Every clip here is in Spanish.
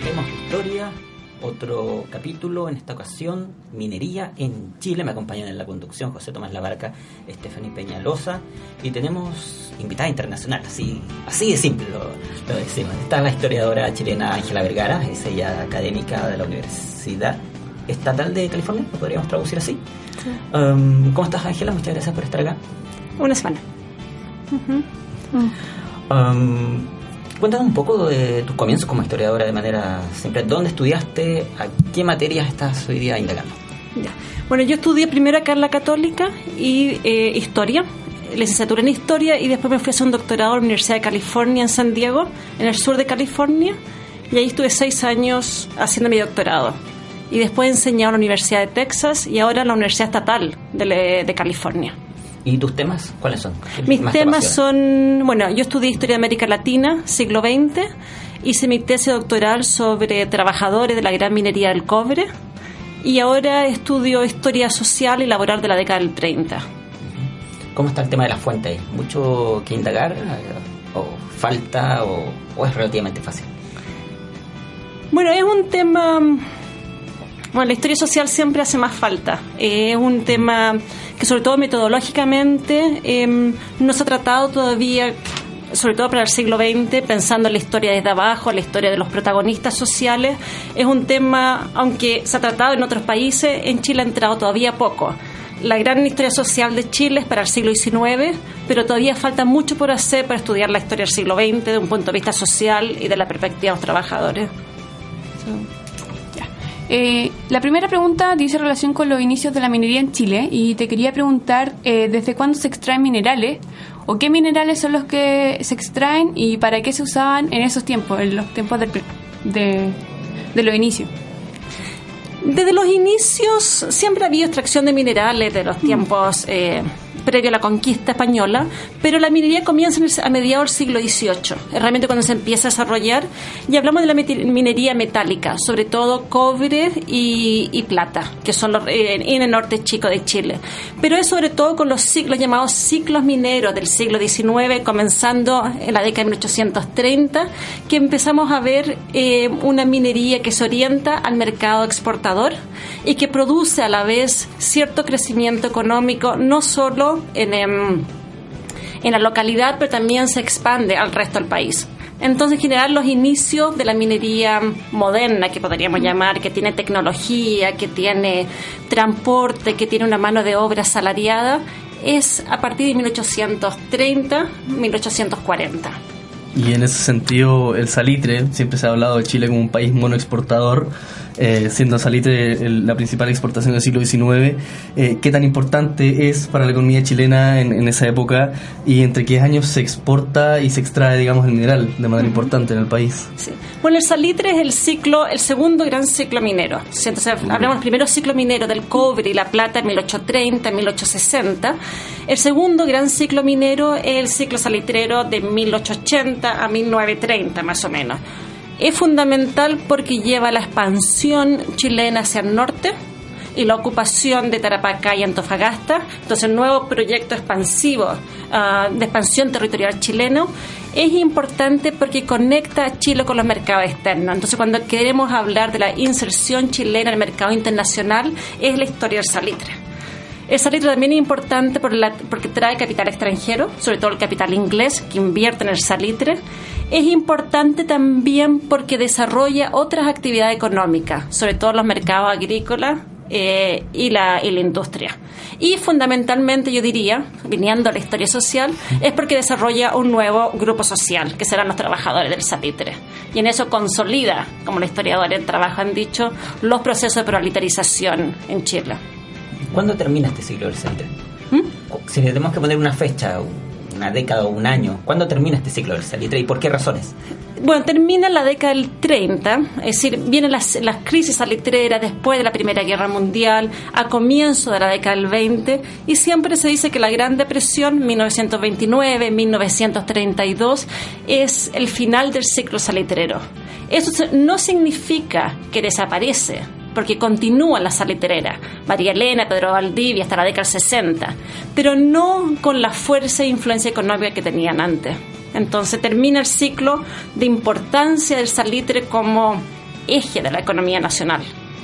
Viajemos a Historia, otro capítulo, en esta ocasión, minería en Chile. Me acompañan en la conducción José Tomás Labarca, Stephanie Peñalosa, y tenemos invitada internacional, así de simple lo decimos. Está la historiadora chilena Ángela Vergara, es ella académica de la Universidad Estatal de California, lo podríamos traducir así. Sí. ¿Cómo estás, Ángela? Muchas gracias por estar acá. Una semana. Cuéntanos un poco de tus comienzos como historiadora de manera simple. ¿Dónde estudiaste? ¿A qué materias estás hoy día indagando? Ya. Bueno, yo estudié primero acá en la Católica y Historia, licenciatura en Historia, y después me fui a hacer un doctorado a la Universidad de California en San Diego, en el sur de California, y ahí estuve 6 años haciendo mi doctorado. Y después he enseñado en la Universidad de Texas y ahora en la Universidad Estatal de California. ¿Y tus temas cuáles son? Mis temas son, bueno, yo estudié Historia de América Latina, siglo XX, hice mi tesis doctoral sobre trabajadores de la gran minería del cobre, y ahora estudio Historia Social y Laboral de la década del 30. ¿Cómo está el tema de las fuentes? ¿Mucho que indagar? ¿O falta? ¿O es relativamente fácil? Bueno, es un tema... Bueno, la historia social siempre hace más falta. Es un tema que, sobre todo metodológicamente, no se ha tratado todavía, sobre todo para el siglo XX, pensando en la historia desde abajo, la historia de los protagonistas sociales. Es un tema, aunque se ha tratado en otros países, en Chile ha entrado todavía poco. La gran historia social de Chile es para el siglo XIX, pero todavía falta mucho por hacer para estudiar la historia del siglo XX desde un punto de vista social y de la perspectiva de los trabajadores. La primera pregunta dice relación con los inicios de la minería en Chile, y te quería preguntar ¿desde cuándo se extraen minerales? ¿O qué minerales son los que se extraen y para qué se usaban en esos tiempos, en los tiempos de los inicios? Desde los inicios siempre ha habido extracción de minerales de los tiempos previo a la conquista española, pero la minería comienza a mediados del siglo XVIII, realmente cuando se empieza a desarrollar, y hablamos de la minería metálica, sobre todo cobre y plata, que son en el norte chico de Chile. Pero es sobre todo con los llamados ciclos mineros del siglo XIX, comenzando en la década de 1830, que empezamos a ver una minería que se orienta al mercado exportador y que produce a la vez cierto crecimiento económico, no solo en la localidad, pero también se expande al resto del país. Entonces, en general, los inicios de la minería moderna, que podríamos llamar, que tiene tecnología, que tiene transporte, que tiene una mano de obra asalariada, es a partir de 1830, 1840. Y en ese sentido, el salitre, siempre se ha hablado de Chile como un país monoexportador, siendo salitre la principal exportación del siglo XIX. ¿Qué tan importante es para la economía chilena en esa época, y entre qué años se exporta y se extrae, digamos, el mineral de manera importante en el país? Sí. Bueno, el salitre es el segundo gran ciclo minero. Entonces, hablamos del primer ciclo minero del cobre y la plata en 1830, 1860. El segundo gran ciclo minero es el ciclo salitrero de 1880 a 1930, más o menos. Es fundamental porque lleva la expansión chilena hacia el norte y la ocupación de Tarapacá y Antofagasta. Entonces, el nuevo proyecto expansivo de expansión territorial chileno es importante porque conecta a Chile con los mercados externos. Entonces, cuando queremos hablar de la inserción chilena en el mercado internacional, es la historia del salitre. El salitre también es importante porque trae capital extranjero, sobre todo el capital inglés que invierte en el salitre. Es importante también porque desarrolla otras actividades económicas, sobre todo los mercados agrícolas y la industria. Y fundamentalmente, yo diría, viniendo a la historia social, es porque desarrolla un nuevo grupo social, que serán los trabajadores del salitre. Y en eso consolida, como los historiadores del trabajo han dicho, los procesos de proletarización en Chile. ¿Cuándo termina este ciclo del salitre? Si le tenemos que poner una fecha, una década o un año, ¿cuándo termina este ciclo del salitre y por qué razones? Bueno, termina en la década del 30, es decir, vienen las crisis salitreras después de la Primera Guerra Mundial, a comienzo de la década del 20, y siempre se dice que la Gran Depresión, 1929, 1932, es el final del ciclo salitrero. Eso no significa que desaparece, porque continúa la salitrera, María Elena, Pedro Valdivia, hasta la década del 60, pero no con la fuerza e influencia económica que tenían antes. Entonces termina el ciclo de importancia del salitre como eje de la economía nacional.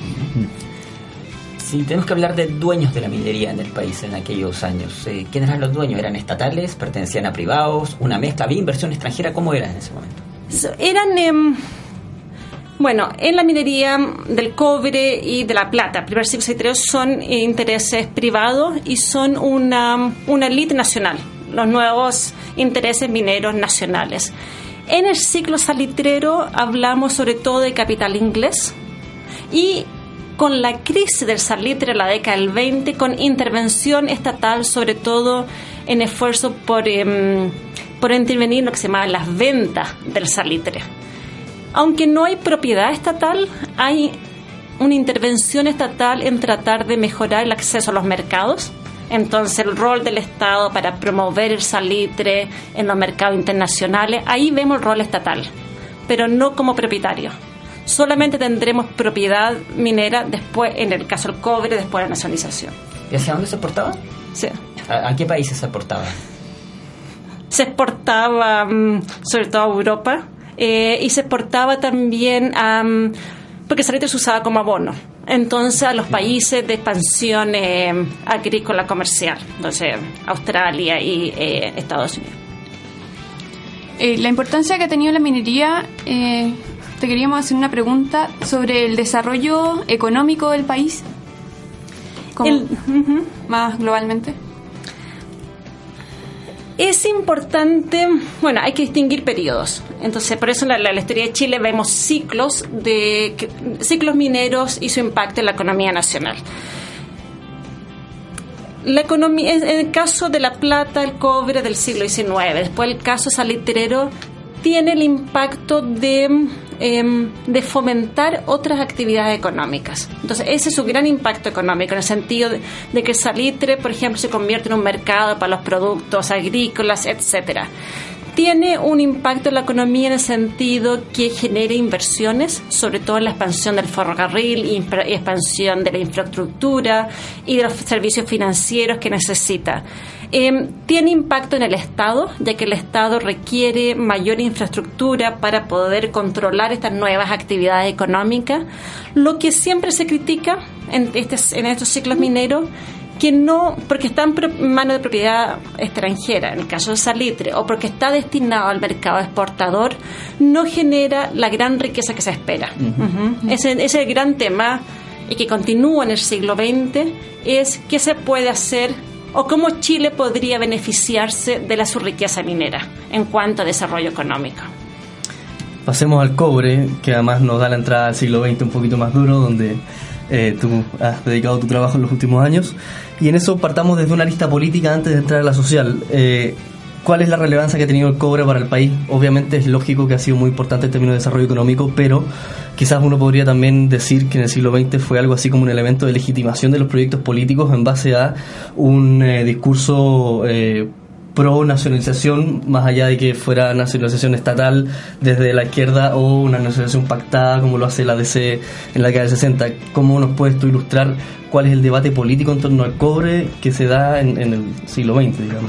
Sí, tenemos que hablar de dueños de la minería en el país en aquellos años. ¿Quiénes eran los dueños? ¿Eran estatales? ¿Pertenecían a privados? ¿Una mezcla? ¿Había inversión extranjera? ¿Cómo era en ese momento? Eran... Bueno, en la minería del cobre y de la plata, primer siglo salitrero, son intereses privados y son una élite nacional, los nuevos intereses mineros nacionales. En el ciclo salitrero hablamos sobre todo de capital inglés y con la crisis del salitre en la década del 20, con intervención estatal, sobre todo en esfuerzo por intervenir en lo que se llamaban las ventas del salitre. Aunque no hay propiedad estatal, hay una intervención estatal en tratar de mejorar el acceso a los mercados. Entonces, el rol del Estado para promover el salitre en los mercados internacionales, ahí vemos el rol estatal, pero no como propietario. Solamente tendremos propiedad minera después, en el caso del cobre, después de la nacionalización. ¿Y hacia dónde se exportaba? Sí. ¿A qué países se exportaba? Se exportaba sobre todo a Europa. Y se exportaba también porque el salitre se usaba como abono, entonces a los países de expansión agrícola comercial, entonces Australia y Estados Unidos. La importancia que ha tenido la minería, te queríamos hacer una pregunta sobre el desarrollo económico del país, más globalmente. Es importante, bueno, hay que distinguir periodos. Entonces, por eso en la historia de Chile vemos ciclos mineros y su impacto en la economía nacional. La economía, en el caso de la plata, el cobre del siglo XIX, después el caso salitrero, tiene el impacto de fomentar otras actividades económicas. Entonces, ese es su gran impacto económico, en el sentido de que el salitre, por ejemplo, se convierte en un mercado para los productos agrícolas, etcétera. Tiene un impacto en la economía en el sentido que genera inversiones, sobre todo en la expansión del ferrocarril y expansión de la infraestructura y de los servicios financieros que necesita. Tiene impacto en el Estado, ya que el Estado requiere mayor infraestructura para poder controlar estas nuevas actividades económicas. Lo que siempre se critica en estos ciclos mineros, que no, porque está en manos de propiedad extranjera, en el caso del salitre, o porque está destinado al mercado exportador, no genera la gran riqueza que se espera. Ese es el gran tema, y que continúa en el siglo XX, es qué se puede hacer o cómo Chile podría beneficiarse de su riqueza minera en cuanto a desarrollo económico. Pasemos al cobre, que además nos da la entrada al siglo XX un poquito más duro, donde tú has dedicado tu trabajo en los últimos años, y en eso partamos desde una lista política antes de entrar a la social. ¿Cuál es la relevancia que ha tenido el cobre para el país? Obviamente es lógico que ha sido muy importante en términos de desarrollo económico, pero quizás uno podría también decir que en el siglo XX fue algo así como un elemento de legitimación de los proyectos políticos en base a un discurso pro nacionalización, más allá de que fuera nacionalización estatal desde la izquierda o una nacionalización pactada como lo hace la DC en la década del 60. ¿Cómo nos puedes tú ilustrar cuál es el debate político en torno al cobre que se da en el siglo XX, digamos?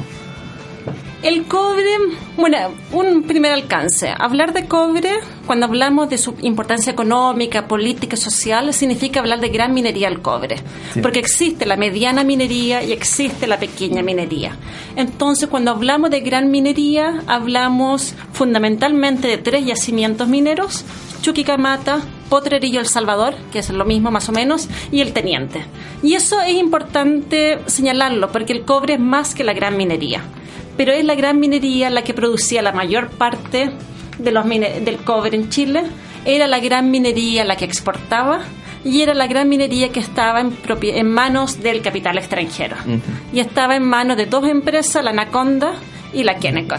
El cobre, bueno, un primer alcance. Hablar de cobre, cuando hablamos de su importancia económica, política, social, significa hablar de gran minería del cobre. Sí. Porque existe la mediana minería y existe la pequeña minería. Entonces, cuando hablamos de gran minería, hablamos fundamentalmente de 3 yacimientos mineros: Chuquicamata, Potrerillo, El Salvador, que es lo mismo más o menos, y El Teniente. Y eso es importante señalarlo, porque el cobre es más que la gran minería. Pero es la gran minería la que producía la mayor parte de del cobre en Chile. Era la gran minería la que exportaba, y era la gran minería que estaba en manos del capital extranjero. Y estaba en manos de 2 empresas, la Anaconda y la Kennecott.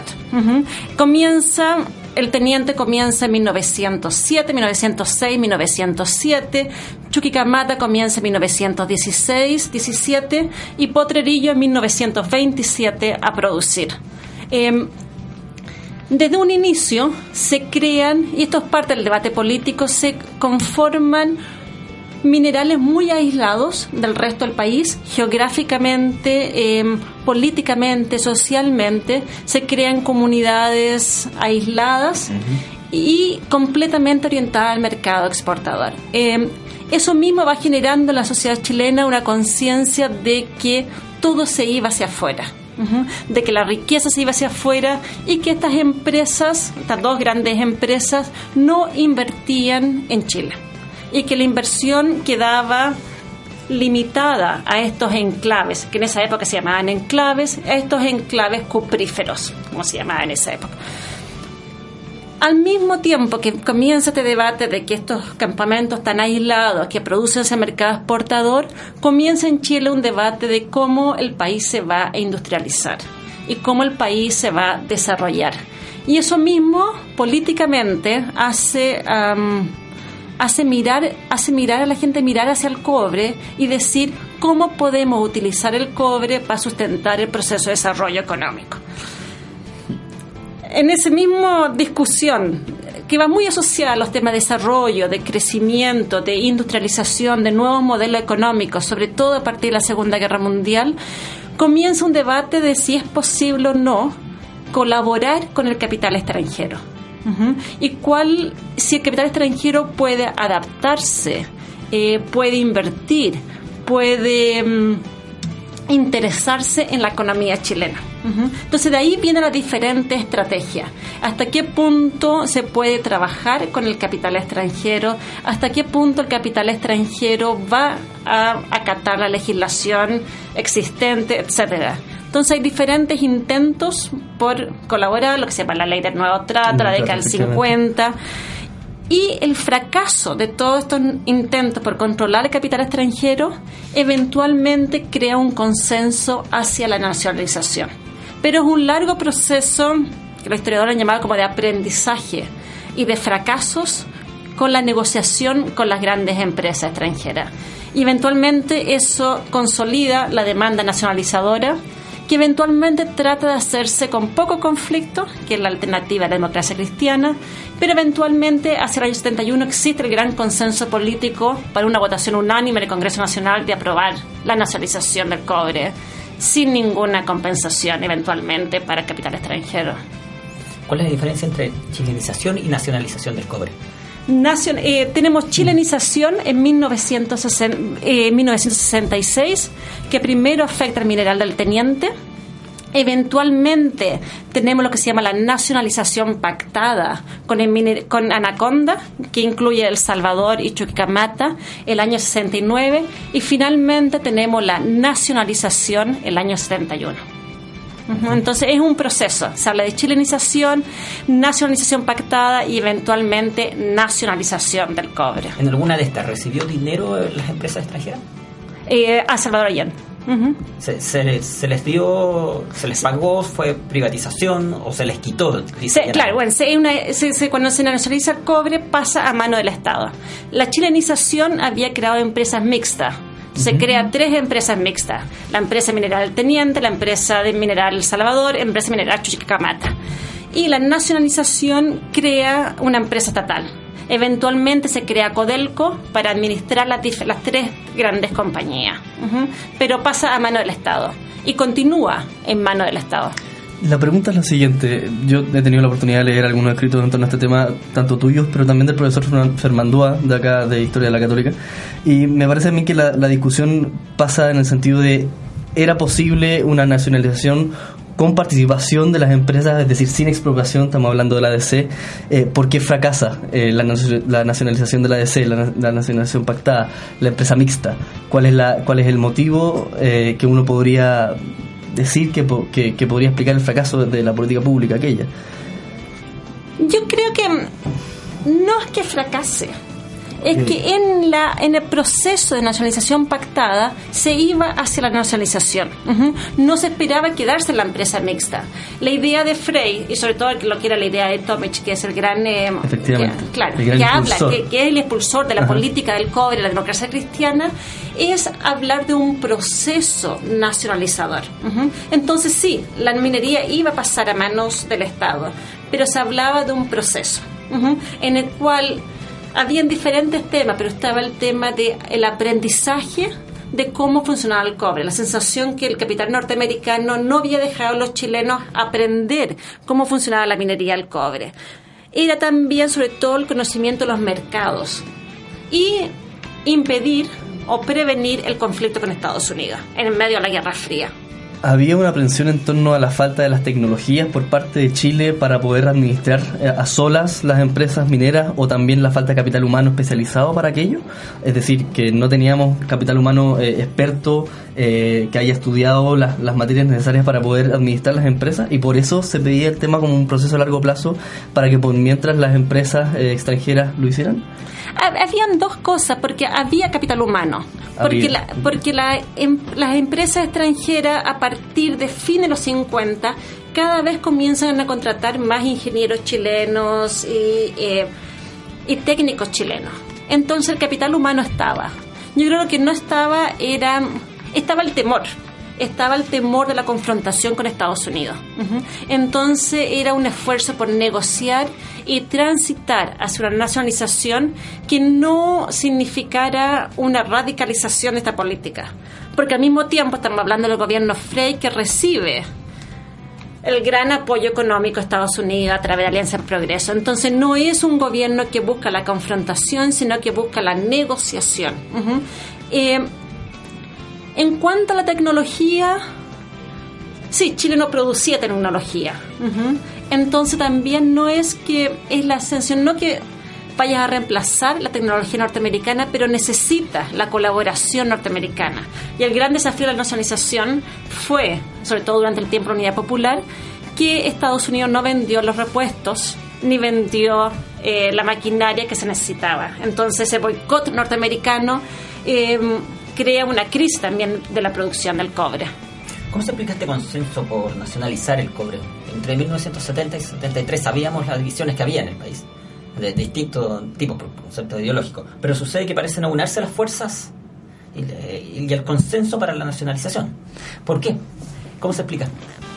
El Teniente comienza en 1907, 1906, 1907. Chuquicamata comienza en 1916, 17, y Potrerillo en 1927 a producir. Desde un inicio se crean, y esto es parte del debate político, se conforman minerales muy aislados del resto del país, geográficamente, políticamente, socialmente. Se crean comunidades aisladas y completamente orientada al mercado exportador. Eso mismo va generando en la sociedad chilena una conciencia de que todo se iba hacia afuera, de que la riqueza se iba hacia afuera y que estas empresas, estas dos grandes empresas, no invertían en Chile y que la inversión quedaba limitada a estos enclaves, que en esa época se llamaban enclaves, a estos enclaves cupríferos, como se llamaba en esa época. Al mismo tiempo que comienza este debate de que estos campamentos tan aislados que producen ese mercado exportador, comienza en Chile un debate de cómo el país se va a industrializar y cómo el país se va a desarrollar. Y eso mismo, políticamente, hace mirar a la gente, mirar hacia el cobre y decir cómo podemos utilizar el cobre para sustentar el proceso de desarrollo económico. En esa misma discusión, que va muy asociada a los temas de desarrollo, de crecimiento, de industrialización, de nuevos modelos económicos, sobre todo a partir de la Segunda Guerra Mundial, comienza un debate de si es posible o no colaborar con el capital extranjero. Y si el capital extranjero puede adaptarse, puede invertir, puede interesarse en la economía chilena. Entonces de ahí vienen las diferentes estrategias. ¿Hasta qué punto se puede trabajar con el capital extranjero? ¿Hasta qué punto el capital extranjero va a acatar la legislación existente, etcétera? Entonces hay diferentes intentos por colaborar, lo que se llama la ley del nuevo trato, la década del 50. Y el fracaso de todos estos intentos por controlar el capital extranjero eventualmente crea un consenso hacia la nacionalización. Pero es un largo proceso que los historiadores han llamado como de aprendizaje y de fracasos con la negociación con las grandes empresas extranjeras. Y eventualmente eso consolida la demanda nacionalizadora, que eventualmente trata de hacerse con poco conflicto, que es la alternativa a la democracia cristiana, pero eventualmente hacia el año 71 existe el gran consenso político para una votación unánime en el Congreso Nacional de aprobar la nacionalización del cobre, sin ninguna compensación eventualmente para el capital extranjero. ¿Cuál es la diferencia entre chilenización y nacionalización del cobre? Tenemos chilenización en 1966, que primero afecta al mineral del Teniente. Eventualmente tenemos lo que se llama la nacionalización pactada con Anaconda, que incluye El Salvador y Chuquicamata, el año 69, y finalmente tenemos la nacionalización el año 71. Entonces es un proceso, se habla de chilenización, nacionalización pactada y eventualmente nacionalización del cobre. ¿En alguna de estas recibió dinero las empresas extranjeras? A Salvador Allende. ¿Se les dio, se les pagó, fue privatización o se les quitó? Claro, bueno, cuando se nacionaliza el cobre pasa a mano del Estado. La chilenización había creado empresas mixtas. Se crean 3 empresas mixtas: la empresa mineral del Teniente, la empresa de mineral El Salvador, la empresa mineral Chuquicamata. Y la nacionalización crea una empresa estatal. Eventualmente se crea Codelco para administrar las 3 grandes compañías, pero pasa a mano del Estado y continúa en mano del Estado. La pregunta es la siguiente. Yo he tenido la oportunidad de leer algunos escritos en torno a este tema, tanto tuyos, pero también del profesor Fermandúa, de acá de Historia de la Católica, y me parece a mí que la discusión pasa en el sentido de: ¿era posible una nacionalización con participación de las empresas, es decir, sin expropiación? Estamos hablando de la ADC. ¿Por qué fracasa la nacionalización de la ADC, la nacionalización pactada, la empresa mixta? ¿Cuál es el motivo que uno podría decir que podría explicar el fracaso de la política pública aquella? Yo creo que no es que fracase, es que en el proceso de nacionalización pactada se iba hacia la nacionalización. No se esperaba quedarse en la empresa mixta. La idea de Frey, y sobre todo lo que era la idea de Tomic, que es el gran, efectivamente, que habla, que es el expulsor de la política del cobre, la democracia cristiana, es hablar de un proceso nacionalizador. Entonces sí, la minería iba a pasar a manos del Estado, pero se hablaba de un proceso en el cual habían diferentes temas, pero estaba el tema del aprendizaje de cómo funcionaba el cobre, la sensación que el capital norteamericano no había dejado a los chilenos aprender cómo funcionaba la minería del cobre. era también sobre todo el conocimiento de los mercados y impedir o prevenir el conflicto con Estados Unidos en medio de la Guerra Fría. ¿Había una aprensión en torno a la falta de las tecnologías por parte de Chile para poder administrar a solas las empresas mineras, o también la falta de capital humano especializado para aquello? Es decir, que no teníamos capital humano experto que haya estudiado las materias necesarias para poder administrar las empresas, y por eso se pedía el tema como un proceso a largo plazo para que por mientras las empresas extranjeras lo hicieran. Habían dos cosas, porque había capital humano, porque las empresas extranjeras a partir de fines de los 50 cada vez comienzan a contratar más ingenieros chilenos y técnicos chilenos. Entonces el capital humano estaba. Yo creo que no estaba, estaba el temor. Estaba el temor de la confrontación con Estados Unidos. Entonces era un esfuerzo por negociar y transitar hacia una nacionalización que no significara una radicalización de esta política. Porque al mismo tiempo estamos hablando del gobierno Frey, que recibe el gran apoyo económico de Estados Unidos a través de Alianza en Progreso. Entonces no es un gobierno que busca la confrontación, sino que busca la negociación. En cuanto a la tecnología, sí, Chile no producía tecnología. Entonces también no es que es la ascensión, no que vayas a reemplazar la tecnología norteamericana, pero necesita la colaboración norteamericana. Y el gran desafío de la nacionalización fue, sobre todo durante el tiempo de la Unidad Popular, que Estados Unidos no vendió los repuestos ni vendió la maquinaria que se necesitaba. Entonces ese boicot norteamericano crea una crisis también de la producción del cobre. ¿Cómo se explica este consenso por nacionalizar el cobre? Entre 1970 y 73 sabíamos las divisiones que había en el país, de distintos tipos por concepto ideológico, pero sucede que parecen aunarse las fuerzas y el consenso para la nacionalización. ¿Por qué? ¿Cómo se explica?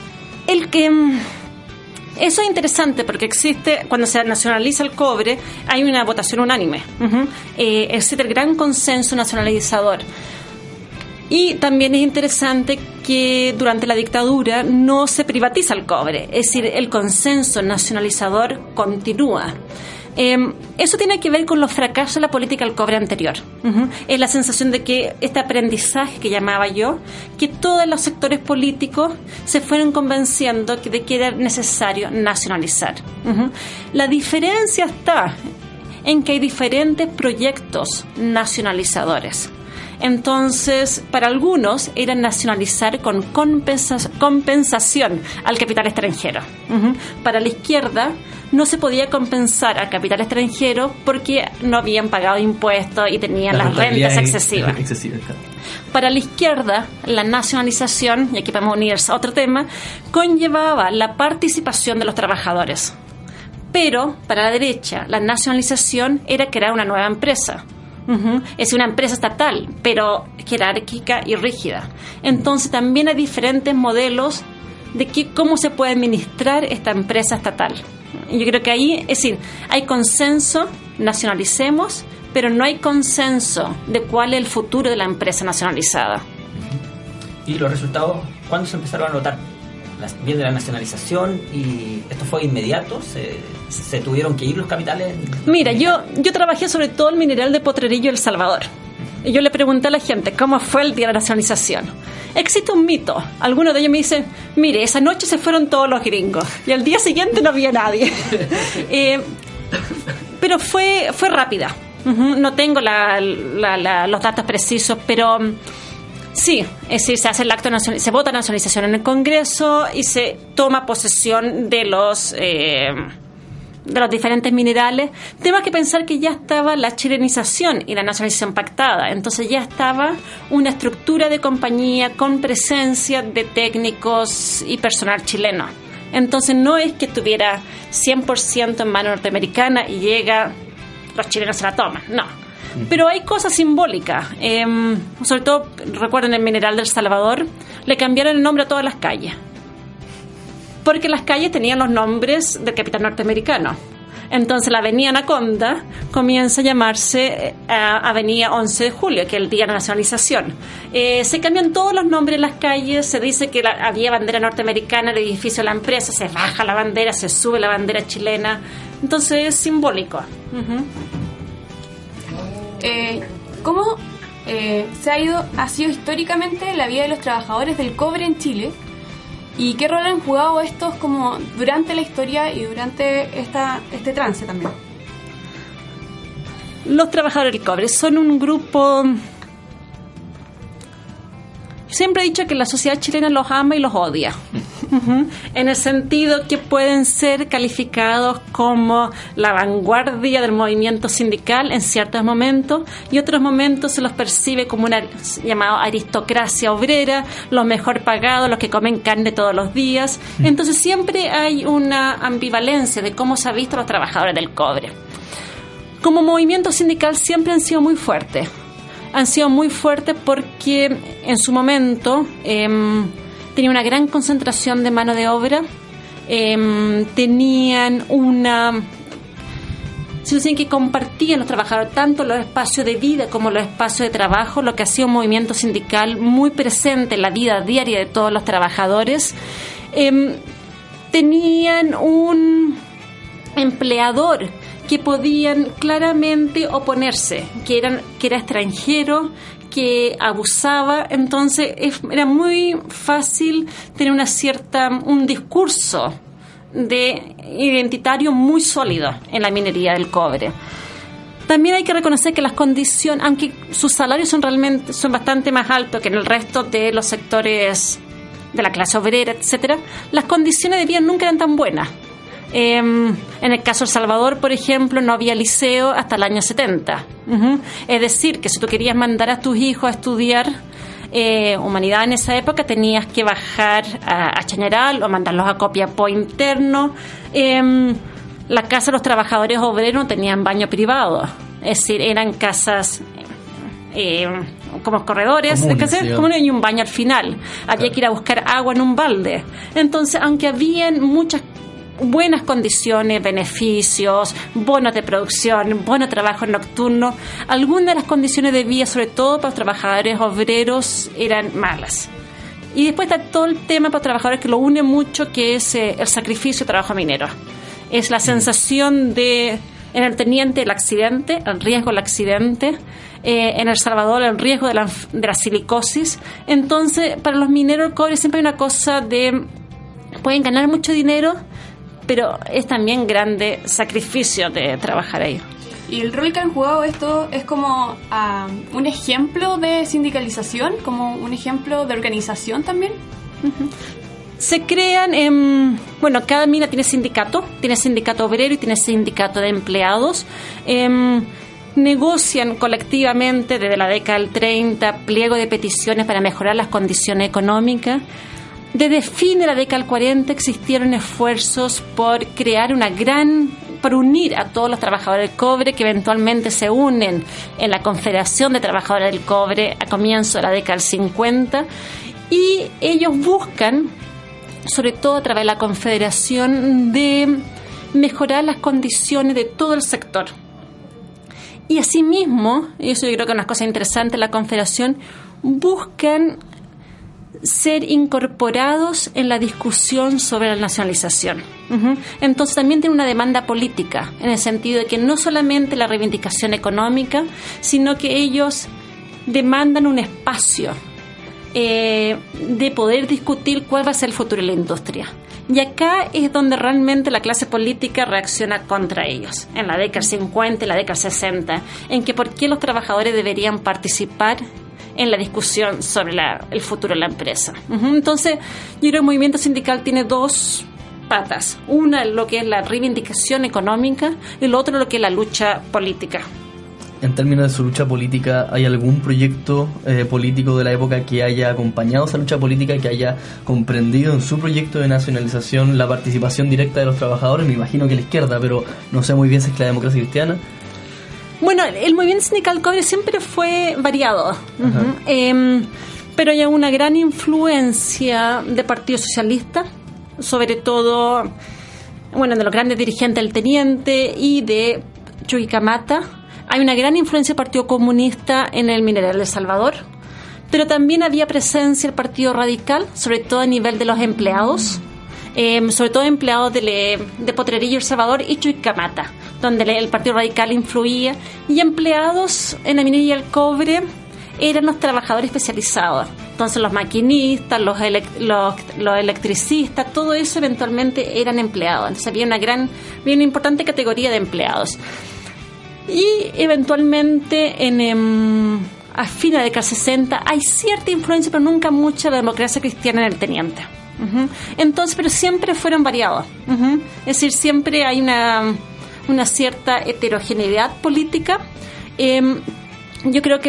Eso es interesante porque existe, cuando se nacionaliza el cobre, hay una votación unánime. Existe el gran consenso nacionalizador. Y también es interesante que durante la dictadura no se privatiza el cobre, es decir, el consenso nacionalizador continúa. Eso tiene que ver con los fracasos de la política del cobre anterior. Es la sensación de que este aprendizaje que llamaba yo, que todos los sectores políticos se fueron convenciendo de que era necesario nacionalizar. La diferencia está en que hay diferentes proyectos nacionalizadores. Entonces, para algunos era nacionalizar con compensación al capital extranjero. Para la izquierda no se podía compensar al capital extranjero porque no habían pagado impuestos y tenían las rentas excesivas. Para la izquierda, la nacionalización, y aquí podemos unirse a otro tema, conllevaba la participación de los trabajadores. Pero para la derecha, la nacionalización era crear una nueva empresa. Es una empresa estatal, pero jerárquica y rígida. Entonces también hay diferentes modelos de cómo se puede administrar esta empresa estatal. Yo creo que ahí, es decir, hay consenso, nacionalicemos, pero no hay consenso de cuál es el futuro de la empresa nacionalizada. ¿Y los resultados cuándo se empezaron a notar? Bien de la nacionalización, y esto fue inmediato, se tuvieron que ir los capitales. Mira, yo trabajé sobre todo el mineral de Potrerillo, El Salvador, y yo le pregunté a la gente cómo fue el día de la nacionalización. Existe un mito, algunos de ellos me dicen, mire, esa noche se fueron todos los gringos y al día siguiente no había nadie. Pero fue rápida. No tengo los datos precisos, pero sí, es decir, se hace el acto de se vota nacionalización en el Congreso y se toma posesión de los diferentes minerales. Tenemos que pensar que ya estaba la chilenización y la nacionalización pactada, entonces ya estaba una estructura de compañía con presencia de técnicos y personal chileno. Entonces no es que estuviera 100% en mano norteamericana y llega, los chilenos se la toman, no. Pero hay cosas simbólicas. Sobre todo, recuerden, el mineral del Salvador le cambiaron el nombre a todas las calles, porque las calles tenían los nombres del capitán norteamericano. Entonces la avenida Anaconda comienza a llamarse Avenida 11 de Julio, que es el día de la nacionalización. Se cambian todos los nombres de las calles, se dice que había bandera norteamericana en el edificio de la empresa, se baja la bandera, se sube la bandera chilena, entonces es simbólico. Uh-huh. ¿Cómo ha sido históricamente la vida de los trabajadores del cobre en Chile? ¿Y qué rol han jugado estos como durante la historia y durante este trance también? Los trabajadores del cobre son un grupo... Siempre he dicho que la sociedad chilena los ama y los odia. Uh-huh. En el sentido que pueden ser calificados como la vanguardia del movimiento sindical en ciertos momentos, y otros momentos se los percibe como una llamada aristocracia obrera, los mejor pagados, los que comen carne todos los días. Entonces siempre hay una ambivalencia de cómo se ha visto a los trabajadores del cobre. Como movimiento sindical siempre han sido muy fuertes. Han sido muy fuertes porque en su momento tenía una gran concentración de mano de obra, tenían una situación que compartían los trabajadores tanto los espacios de vida como los espacios de trabajo, lo que ha sido un movimiento sindical muy presente en la vida diaria de todos los trabajadores. Tenían un empleador que podían claramente oponerse, que era extranjero, que abusaba. Entonces era muy fácil tener un discurso de identitario muy sólido en la minería del cobre. También hay que reconocer que las condiciones, aunque sus salarios son bastante más altos que en el resto de los sectores de la clase obrera, etcétera, las condiciones de vida nunca eran tan buenas. En el caso de El Salvador, por ejemplo, no había liceo hasta el año 70. Uh-huh. Es decir, que si tú querías mandar a tus hijos a estudiar humanidad en esa época, tenías que bajar a Chañaral o mandarlos a Copiapó interno. La casa de los trabajadores obreros no tenían baño privado. Es decir, eran casas... como corredores, como y un baño al final. Había que ir a buscar agua en un balde. Entonces, aunque habían muchas buenas condiciones, beneficios, bonos de producción, bono de trabajo nocturno, algunas de las condiciones de vida, sobre todo para los trabajadores obreros, eran malas. Y después está todo el tema para los trabajadores que lo une mucho, que es el sacrificio de trabajo minero. Es la sensación de, en el teniente, el accidente, el riesgo del accidente, en El Salvador el riesgo de la silicosis. Entonces, para los mineros del cobre siempre hay una cosa de, pueden ganar mucho dinero, pero es también grande sacrificio de trabajar ahí. ¿Y el rol que han jugado esto es como un ejemplo de sindicalización, como un ejemplo de organización también? Uh-huh. Se crean, cada mina tiene sindicato obrero y tiene sindicato de empleados. Negocian colectivamente desde la década del 30 pliego de peticiones para mejorar las condiciones económicas. Desde fin de la década del 40 existieron esfuerzos por crear por unir a todos los trabajadores del cobre, que eventualmente se unen en la Confederación de Trabajadores del Cobre a comienzo de la década del 50, y ellos buscan, sobre todo a través de la Confederación, de mejorar las condiciones de todo el sector. Y asimismo, y eso yo creo que es una cosa interesante, la Confederación buscan ser incorporados en la discusión sobre la nacionalización. Uh-huh. Entonces también tiene una demanda política, en el sentido de que no solamente la reivindicación económica, sino que ellos demandan un espacio de poder discutir cuál va a ser el futuro de la industria. Y acá es donde realmente la clase política reacciona contra ellos, en la década 50 y la década 60, en que por qué los trabajadores deberían participar en la discusión sobre el futuro de la empresa. Uh-huh. Entonces, yo creo que el movimiento sindical tiene dos patas. Una, lo que es la reivindicación económica, y lo otro, lo que es la lucha política. En términos de su lucha política, ¿hay algún proyecto político de la época que haya acompañado esa lucha política, que haya comprendido en su proyecto de nacionalización la participación directa de los trabajadores? Me imagino que la izquierda, pero no sé muy bien si es la democracia cristiana. Bueno, el movimiento sindical cobre siempre fue variado, uh-huh. Pero hay una gran influencia del Partido Socialista, sobre todo de los grandes dirigentes del Teniente y de Chuquicamata. Hay una gran influencia del Partido Comunista en el mineral de El Salvador, pero también había presencia del Partido Radical, sobre todo a nivel de los empleados, sobre todo empleados de Potrerillo, El Salvador y Chuquicamata, donde el Partido Radical influía, y empleados en la minería del cobre eran los trabajadores especializados. Entonces los maquinistas, los electricistas, todo eso eventualmente eran empleados. Entonces había una importante categoría de empleados. Y eventualmente a fines de la década 60 hay cierta influencia, pero nunca mucha, de la democracia cristiana en el Teniente. Entonces, pero siempre fueron variados. Es decir, siempre hay una cierta heterogeneidad política. Yo creo que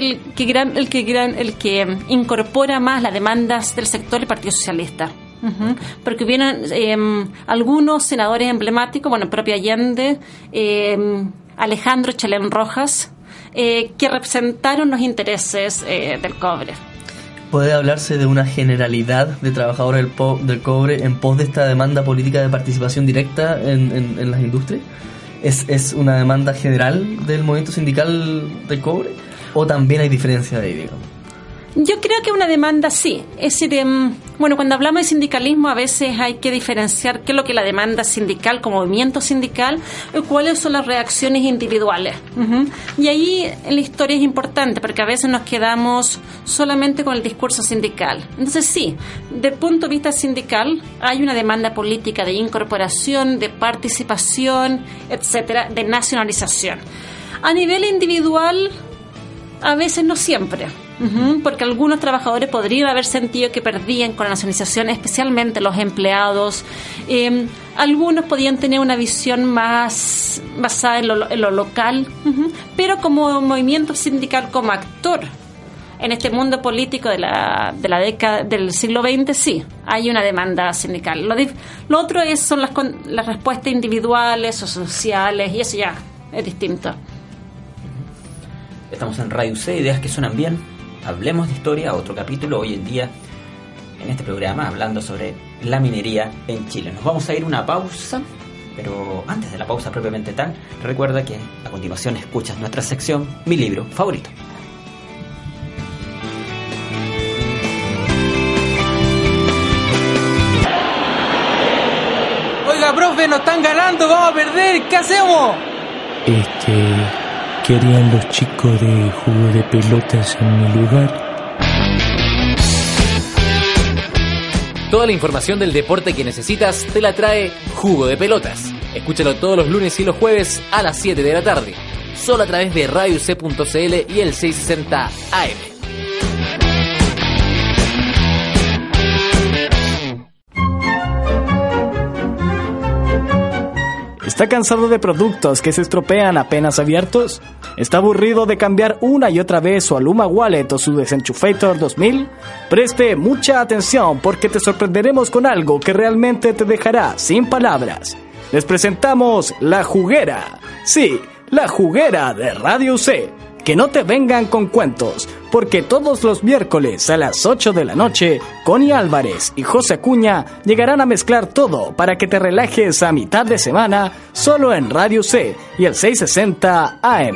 el que incorpora más las demandas del sector es el Partido Socialista. Porque hubieron algunos senadores emblemáticos, el propio Allende, Alejandro Chelén Rojas, que representaron los intereses del cobre. ¿Puede hablarse de una generalidad de trabajadores del cobre en pos de esta demanda política de participación directa en las industrias? ¿Es una demanda general del movimiento sindical del cobre? ¿O también hay diferencia de ahí, digamos? Yo creo que una demanda sí. Es decir, cuando hablamos de sindicalismo a veces hay que diferenciar qué es lo que es la demanda sindical como movimiento sindical y cuáles son las reacciones individuales. Y ahí en la historia es importante porque a veces nos quedamos solamente con el discurso sindical. Entonces sí, desde el punto de vista sindical hay una demanda política de incorporación, de participación, etcétera, de nacionalización. A nivel individual, a veces no siempre. Porque algunos trabajadores podrían haber sentido que perdían con la nacionalización, especialmente los empleados. Algunos podían tener una visión más basada en lo local, pero como movimiento sindical, como actor en este mundo político de la década del siglo XX, sí, hay una demanda sindical. Lo otro son las respuestas individuales o sociales, y eso ya es distinto. Estamos en Radio C, ideas que suenan bien. Hablemos de historia, otro capítulo hoy en día en este programa hablando sobre la minería en Chile. Nos vamos a ir a una pausa, pero antes de la pausa propiamente tal, recuerda que a continuación escuchas nuestra sección Mi Libro Favorito. Oiga, profe, nos están ganando, vamos a perder, ¿qué hacemos? ¿Qué harían los chicos de jugo de pelotas en mi lugar? Toda la información del deporte que necesitas te la trae Jugo de Pelotas. Escúchalo todos los lunes y los jueves a las 7 de la tarde. Solo a través de radioc.cl y el 660 AM. ¿Está cansado de productos que se estropean apenas abiertos? ¿Está aburrido de cambiar una y otra vez su Aluma Wallet o su Desenchufator 2000? Preste mucha atención porque te sorprenderemos con algo que realmente te dejará sin palabras. Les presentamos La Juguera. Sí, La Juguera de Radio C. Que no te vengan con cuentos, porque todos los miércoles a las 8 de la noche, Connie Álvarez y José Acuña llegarán a mezclar todo para que te relajes a mitad de semana solo en Radio C y el 660 AM.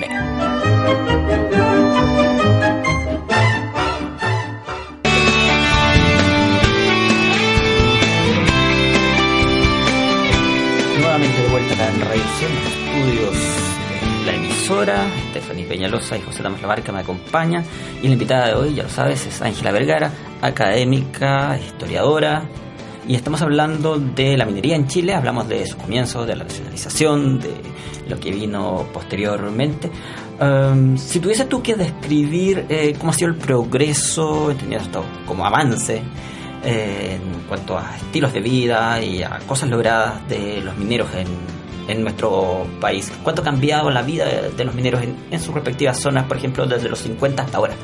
Nuevamente de vuelta acá en Radio C, en los estudios de la emisora. Stephanie Peñalosa y José Tomás Labarca me acompañan, y la invitada de hoy, ya lo sabes, es Ángela Vergara, académica, historiadora, y estamos hablando de la minería en Chile. Hablamos de sus comienzos, de la nacionalización, de lo que vino posteriormente. Si tuvieses tú que describir cómo ha sido el progreso, entendiendo esto como avance en cuanto a estilos de vida y a cosas logradas de los mineros en nuestro país, ¿cuánto ha cambiado la vida de los mineros en sus respectivas zonas, por ejemplo, desde los 50 hasta ahora?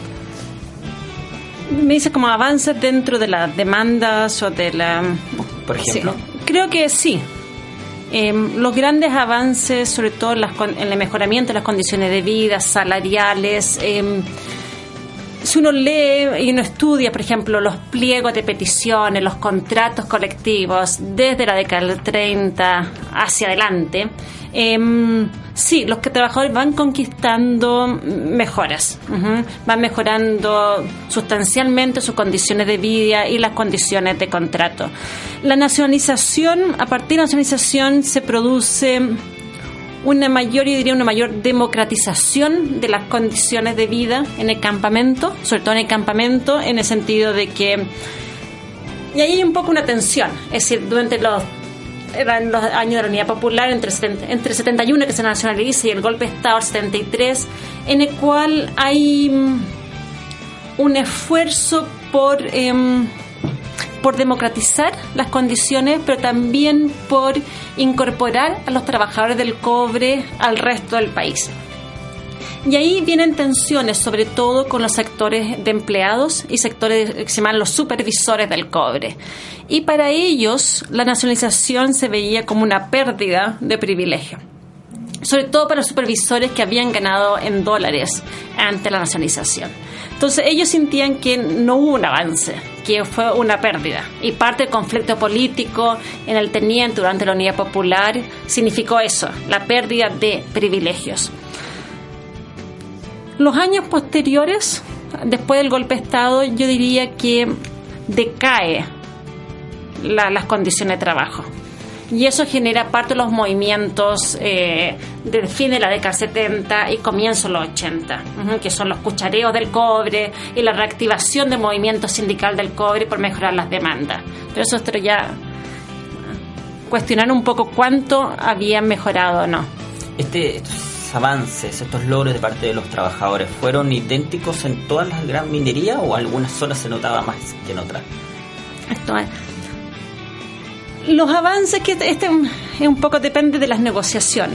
Me dice como avances dentro de las demandas o de la... Por ejemplo. Sí, creo que sí. Los grandes avances, sobre todo en el mejoramiento de las condiciones de vida, salariales, si uno lee y uno estudia, por ejemplo, los pliegos de peticiones, los contratos colectivos, desde la década del 30 hacia adelante, sí, los trabajadores van conquistando mejoras, van mejorando sustancialmente sus condiciones de vida y las condiciones de contrato. La nacionalización, a partir de la nacionalización se produce una mayor democratización de las condiciones de vida en el campamento, sobre todo en el campamento, en el sentido de que, y ahí hay un poco una tensión, es decir, durante los años de la Unidad Popular, entre 71 que se nacionaliza y el golpe de Estado del 73, en el cual hay un esfuerzo por democratizar las condiciones, pero también por incorporar a los trabajadores del cobre al resto del país. Y ahí vienen tensiones, sobre todo con los sectores de empleados y sectores que se llaman los supervisores del cobre. Y para ellos la nacionalización se veía como una pérdida de privilegio, sobre todo para los supervisores que habían ganado en dólares ante la nacionalización. Entonces ellos sentían que no hubo un avance, que fue una pérdida. Y parte del conflicto político en el teniente durante la Unidad Popular significó eso, la pérdida de privilegios. Los años posteriores, después del golpe de Estado, yo diría que decae las condiciones de trabajo. Y eso genera parte de los movimientos del fin de la década 70 y comienzo de los 80, que son los cuchareos del cobre y la reactivación del movimiento sindical del cobre por mejorar las demandas. Pero eso es ya cuestionar un poco cuánto habían mejorado o no. Estos avances, estos logros de parte de los trabajadores, ¿fueron idénticos en todas las gran minerías o algunas zonas se notaba más que en otras? Esto es... Los avances, que un poco depende de las negociaciones.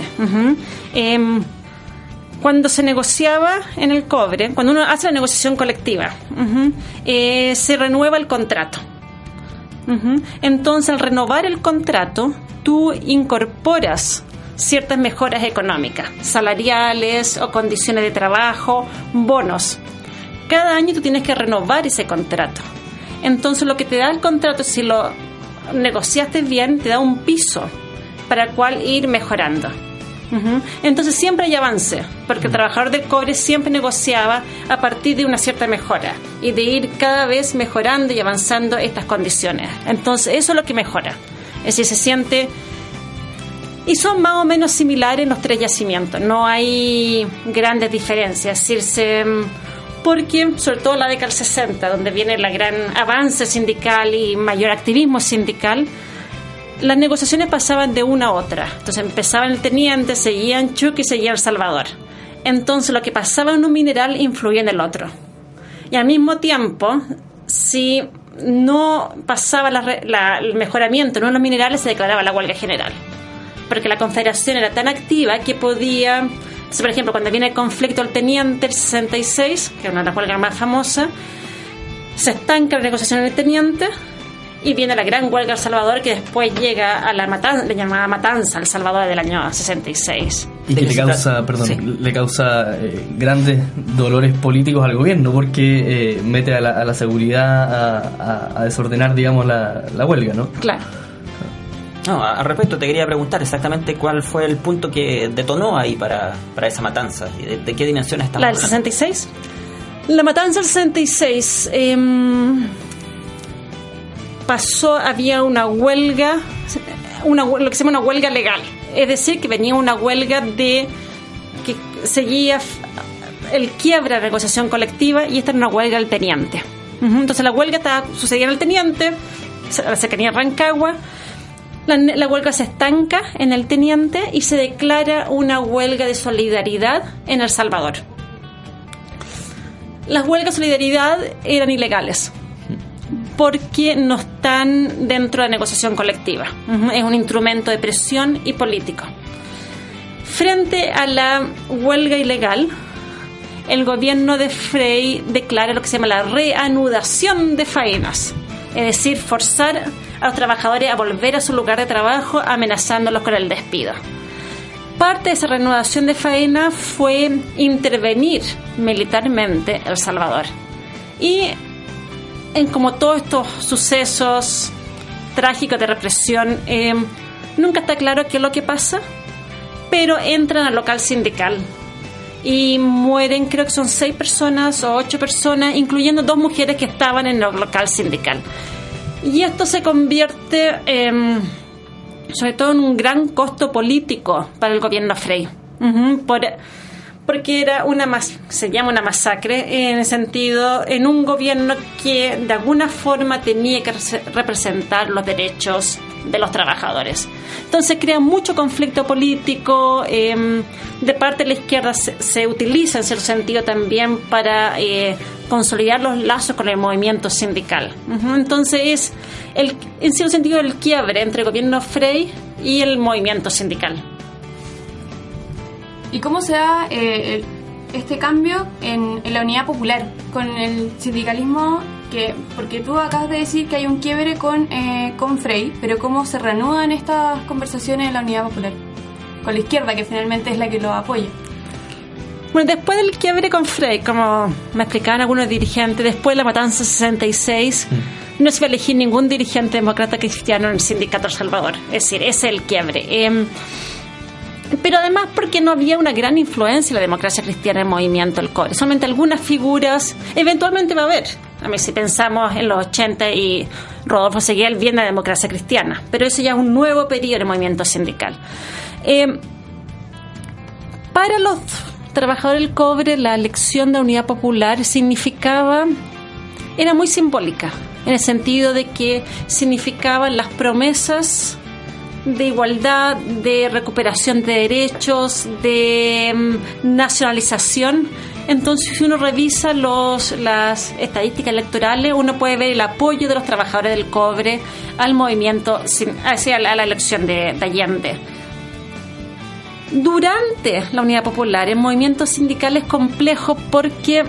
Cuando se negociaba en el cobre, cuando uno hace la negociación colectiva, se renueva el contrato. Entonces, al renovar el contrato, tú incorporas ciertas mejoras económicas, salariales o condiciones de trabajo, bonos. Cada año tú tienes que renovar ese contrato. Entonces, lo que te da el contrato, si lo negociaste bien, te da un piso para el cual ir mejorando. Entonces siempre hay avance, porque el trabajador del cobre siempre negociaba a partir de una cierta mejora y de ir cada vez mejorando y avanzando estas condiciones. Entonces eso es lo que mejora, es decir, se siente, y son más o menos similares los tres yacimientos, no hay grandes diferencias, es decir, porque sobre todo en la década del 60, donde viene el gran avance sindical y mayor activismo sindical, las negociaciones pasaban de una a otra. Entonces empezaba en el teniente, seguía en Chuc y seguía El Salvador. Entonces lo que pasaba en un mineral influía en el otro. Y al mismo tiempo, si no pasaba el mejoramiento en uno de los minerales, se declaraba la huelga general. Porque la confederación era tan activa que podía... Por ejemplo, cuando viene el conflicto del teniente, el 66, que es una de las huelgas más famosas, se estanca la negociación en el teniente y viene la gran huelga El Salvador, que después llega a la matanza, le llamaba Matanza El Salvador del año 66. Y que le causa grandes dolores políticos al gobierno, porque mete a la seguridad a desordenar, digamos, la huelga, ¿no? Claro. No, al respecto te quería preguntar exactamente cuál fue el punto que detonó ahí para esa matanza. ¿De qué dimensiones estamos hablando? ¿La del 66? La matanza del 66 pasó, había una huelga, lo que se llama una huelga legal. Es decir, que venía una huelga que seguía el quiebre de la negociación colectiva, y esta era una huelga del teniente. Entonces la huelga sucedía en el teniente, la cercanía de Rancagua. La huelga se estanca en el teniente y se declara una huelga de solidaridad en El Salvador. Las huelgas de solidaridad eran ilegales porque no están dentro de la negociación colectiva. Es un instrumento de presión y político. Frente a la huelga ilegal, el gobierno de Frei declara lo que se llama la reanudación de faenas, es decir, forzar a los trabajadores a volver a su lugar de trabajo, amenazándolos con el despido. Parte de esa reanudación de faena fue intervenir militarmente El Salvador. Y como todos estos sucesos trágicos de represión, nunca está claro qué es lo que pasa, pero entran al local sindical y mueren, creo que son 6 personas o 8 personas, incluyendo 2 mujeres que estaban en el local sindical. Y esto se convierte sobre todo en un gran costo político para el gobierno Frei. Porque era se llama una masacre en el sentido, en un gobierno que de alguna forma tenía que representar los derechos de los trabajadores. Entonces crea mucho conflicto político, de parte de la izquierda se utiliza en cierto sentido también para consolidar los lazos con el movimiento sindical. Entonces es en cierto sentido el quiebre entre el gobierno Frei y el movimiento sindical. ¿Y cómo se da este cambio en la Unidad Popular con el sindicalismo? Porque tú acabas de decir que hay un quiebre con Frei, pero ¿cómo se reanudan estas conversaciones en la Unidad Popular? Con la izquierda, que finalmente es la que lo apoya. Bueno, después del quiebre con Frei, como me explicaban algunos dirigentes, después de la matanza 66, no se iba a elegir ningún dirigente demócrata cristiano en el sindicato El Salvador. Es decir, ese es el quiebre. Pero además porque no había una gran influencia en la democracia cristiana en el movimiento del cobre. Solamente algunas figuras, eventualmente va a haber. A mí si pensamos en los 80 y Rodolfo Seguel, viene la democracia cristiana. Pero eso ya es un nuevo periodo en el movimiento sindical. Para los trabajadores del cobre, la elección de la Unidad Popular era muy simbólica, en el sentido de que significaban las promesas de igualdad, de recuperación de derechos, de nacionalización. Entonces, si uno revisa las estadísticas electorales, uno puede ver el apoyo de los trabajadores del cobre al movimiento, hacia la elección de Allende. Durante la Unidad Popular, el movimiento sindical es complejo porque,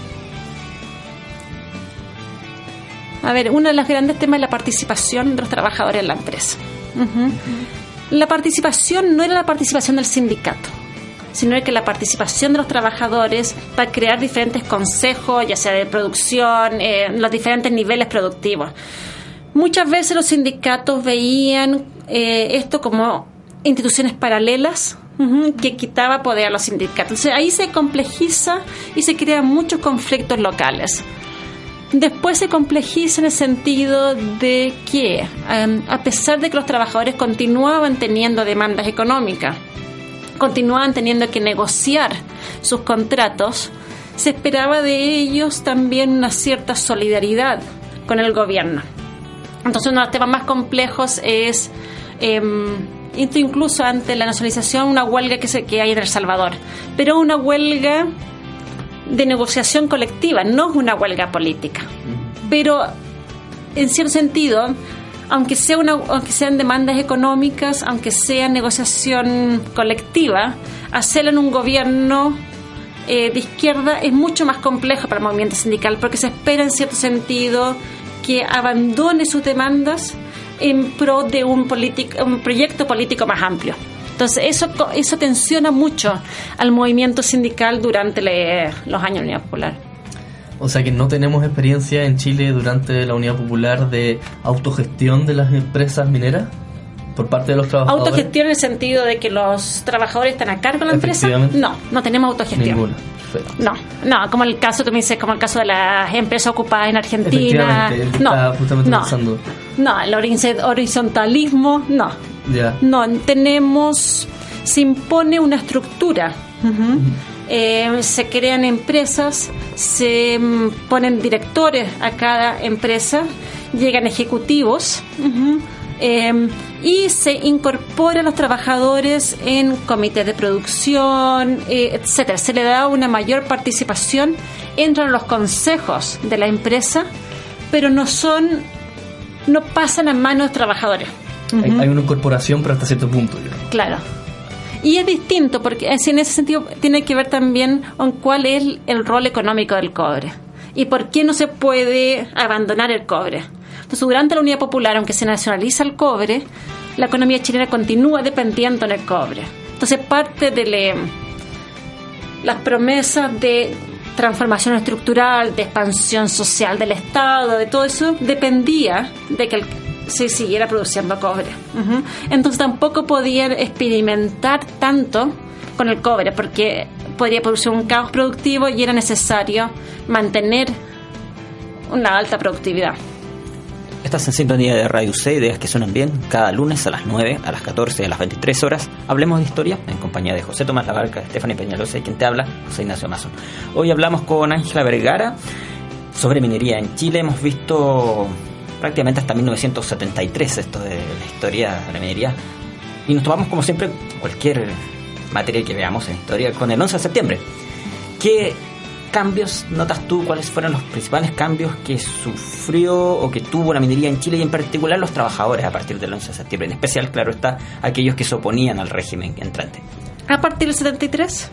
uno de los grandes temas es la participación de los trabajadores en la empresa. La participación no era la participación del sindicato, sino que la participación de los trabajadores para crear diferentes consejos, ya sea de producción, los diferentes niveles productivos. Muchas veces los sindicatos veían esto como instituciones paralelas que quitaba poder a los sindicatos. Entonces, ahí se complejiza y se crean muchos conflictos locales. Después se complejiza en el sentido de que, a pesar de que los trabajadores continuaban teniendo demandas económicas, continuaban teniendo que negociar sus contratos, se esperaba de ellos también una cierta solidaridad con el gobierno. Entonces, uno de los temas más complejos es, incluso ante la nacionalización, una huelga que hay en El Salvador, pero una huelga de negociación colectiva, no es una huelga política. Pero en cierto sentido, aunque sean demandas económicas, aunque sea negociación colectiva, hacerlo en un gobierno de izquierda es mucho más complejo para el movimiento sindical, porque se espera en cierto sentido que abandone sus demandas en pro de un proyecto político más amplio. Entonces eso tensiona mucho al movimiento sindical durante los años de la Unidad Popular. O sea que no tenemos experiencia en Chile durante la Unidad Popular de autogestión de las empresas mineras por parte de los trabajadores. ¿Autogestión en el sentido de que los trabajadores están a cargo de la empresa? No tenemos autogestión. Ninguna. No, como el caso, tú me dices, como el caso de las empresas ocupadas en Argentina. No, el horizontalismo, no. Yeah. No, se impone una estructura. Se crean empresas, se ponen directores a cada empresa, llegan ejecutivos y se incorporan los trabajadores en comités de producción, etcétera. Se le da una mayor participación, entran los consejos de la empresa, pero no pasan a manos de los trabajadores. Hay una incorporación, pero hasta cierto punto. Claro. Y es distinto, porque en ese sentido tiene que ver también con cuál es el rol económico del cobre y por qué no se puede abandonar el cobre. Entonces, durante la Unidad Popular, aunque se nacionaliza el cobre, la economía chilena continúa dependiendo en el cobre. Entonces, parte de las promesas de transformación estructural, de expansión social del Estado, de todo eso, dependía de que se siguiera produciendo cobre. Entonces tampoco podían experimentar tanto con el cobre, porque podría producir un caos productivo y era necesario mantener una alta productividad. Estás en sintonía de Radio C, ideas que suenan bien, cada lunes a las 9, a las 14 y a las 23 horas. Hablemos de historia en compañía de José Tomás Labarca, Stephanie Peñalosa y quien te habla, José Ignacio Mason. Hoy hablamos con Ángela Vergara sobre minería en Chile. Hemos visto prácticamente hasta 1973 esto de la historia de la minería y nos tomamos como siempre cualquier materia que veamos en historia con el 11 de septiembre. ¿Qué cambios notas tú? ¿Cuáles fueron los principales cambios que sufrió o que tuvo la minería en Chile y en particular los trabajadores a partir del 11 de septiembre? En especial, claro está, aquellos que se oponían al régimen entrante. A partir del 73,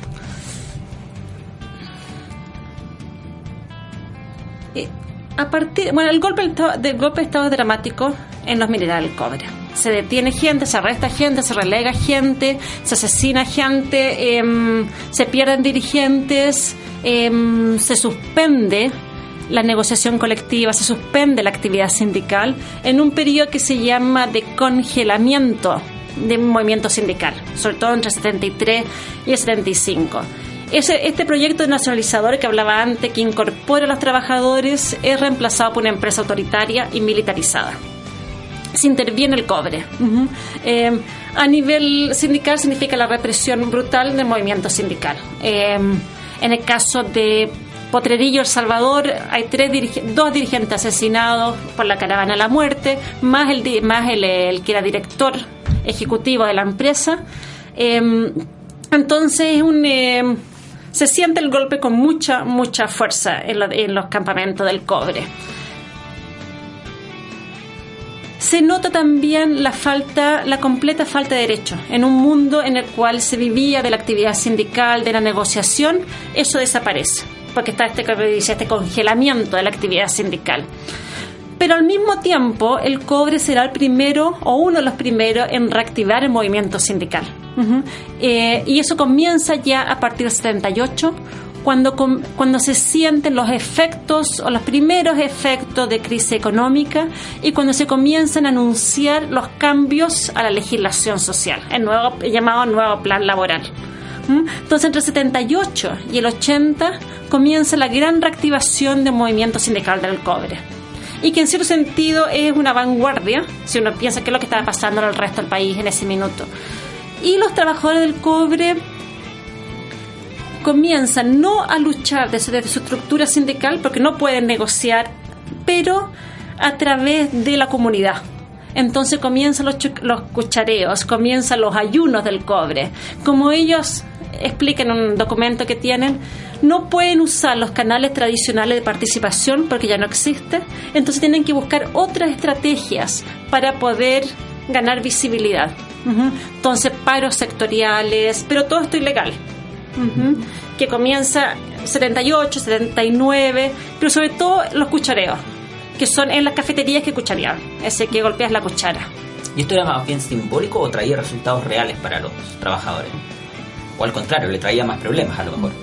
el golpe de Estado es dramático en los minerales del cobre. Se detiene gente, se arresta gente, se relega gente, se asesina gente, se pierden dirigentes, se suspende la negociación colectiva, se suspende la actividad sindical en un periodo que se llama de congelamiento de movimiento sindical, sobre todo entre el 73 y el 75. Este proyecto nacionalizador que hablaba antes, que incorpora a los trabajadores, es reemplazado por una empresa autoritaria y militarizada. Se interviene el cobre. A nivel sindical significa la represión brutal del movimiento sindical. En el caso de Potrerillo, El Salvador, hay dos dirigentes asesinados por la caravana de la muerte, más el que era director ejecutivo de la empresa. Entonces se siente el golpe con mucha fuerza en los campamentos del cobre. Se nota también la completa falta de derechos. En un mundo en el cual se vivía de la actividad sindical, de la negociación, eso desaparece, porque está este congelamiento de la actividad sindical. Pero al mismo tiempo, el cobre será el primero o uno de los primeros en reactivar el movimiento sindical. Y eso comienza ya a partir del 78, cuando se sienten los efectos o los primeros efectos de crisis económica y cuando se comienzan a anunciar los cambios a la legislación social, el llamado nuevo plan laboral. Entonces, entre el 78 y el 80 comienza la gran reactivación del movimiento sindical del cobre, y que en cierto sentido es una vanguardia si uno piensa qué es lo que estaba pasando en el resto del país en ese minuto. Y los trabajadores del cobre comienzan no a luchar desde su estructura sindical, porque no pueden negociar, pero a través de la comunidad. Entonces comienzan los cuchareos, comienzan los ayunos del cobre. Como ellos explican en un documento que tienen, no pueden usar los canales tradicionales de participación porque ya no existen, entonces tienen que buscar otras estrategias para poder ganar visibilidad. Entonces, paros sectoriales, pero todo esto ilegal, que comienza 78, 79, pero sobre todo los cuchareos, que son en las cafeterías que cuchareaban, ese que golpeas la cuchara. ¿Y esto era más bien simbólico o traía resultados reales para los trabajadores? O al contrario, le traía más problemas a lo mejor.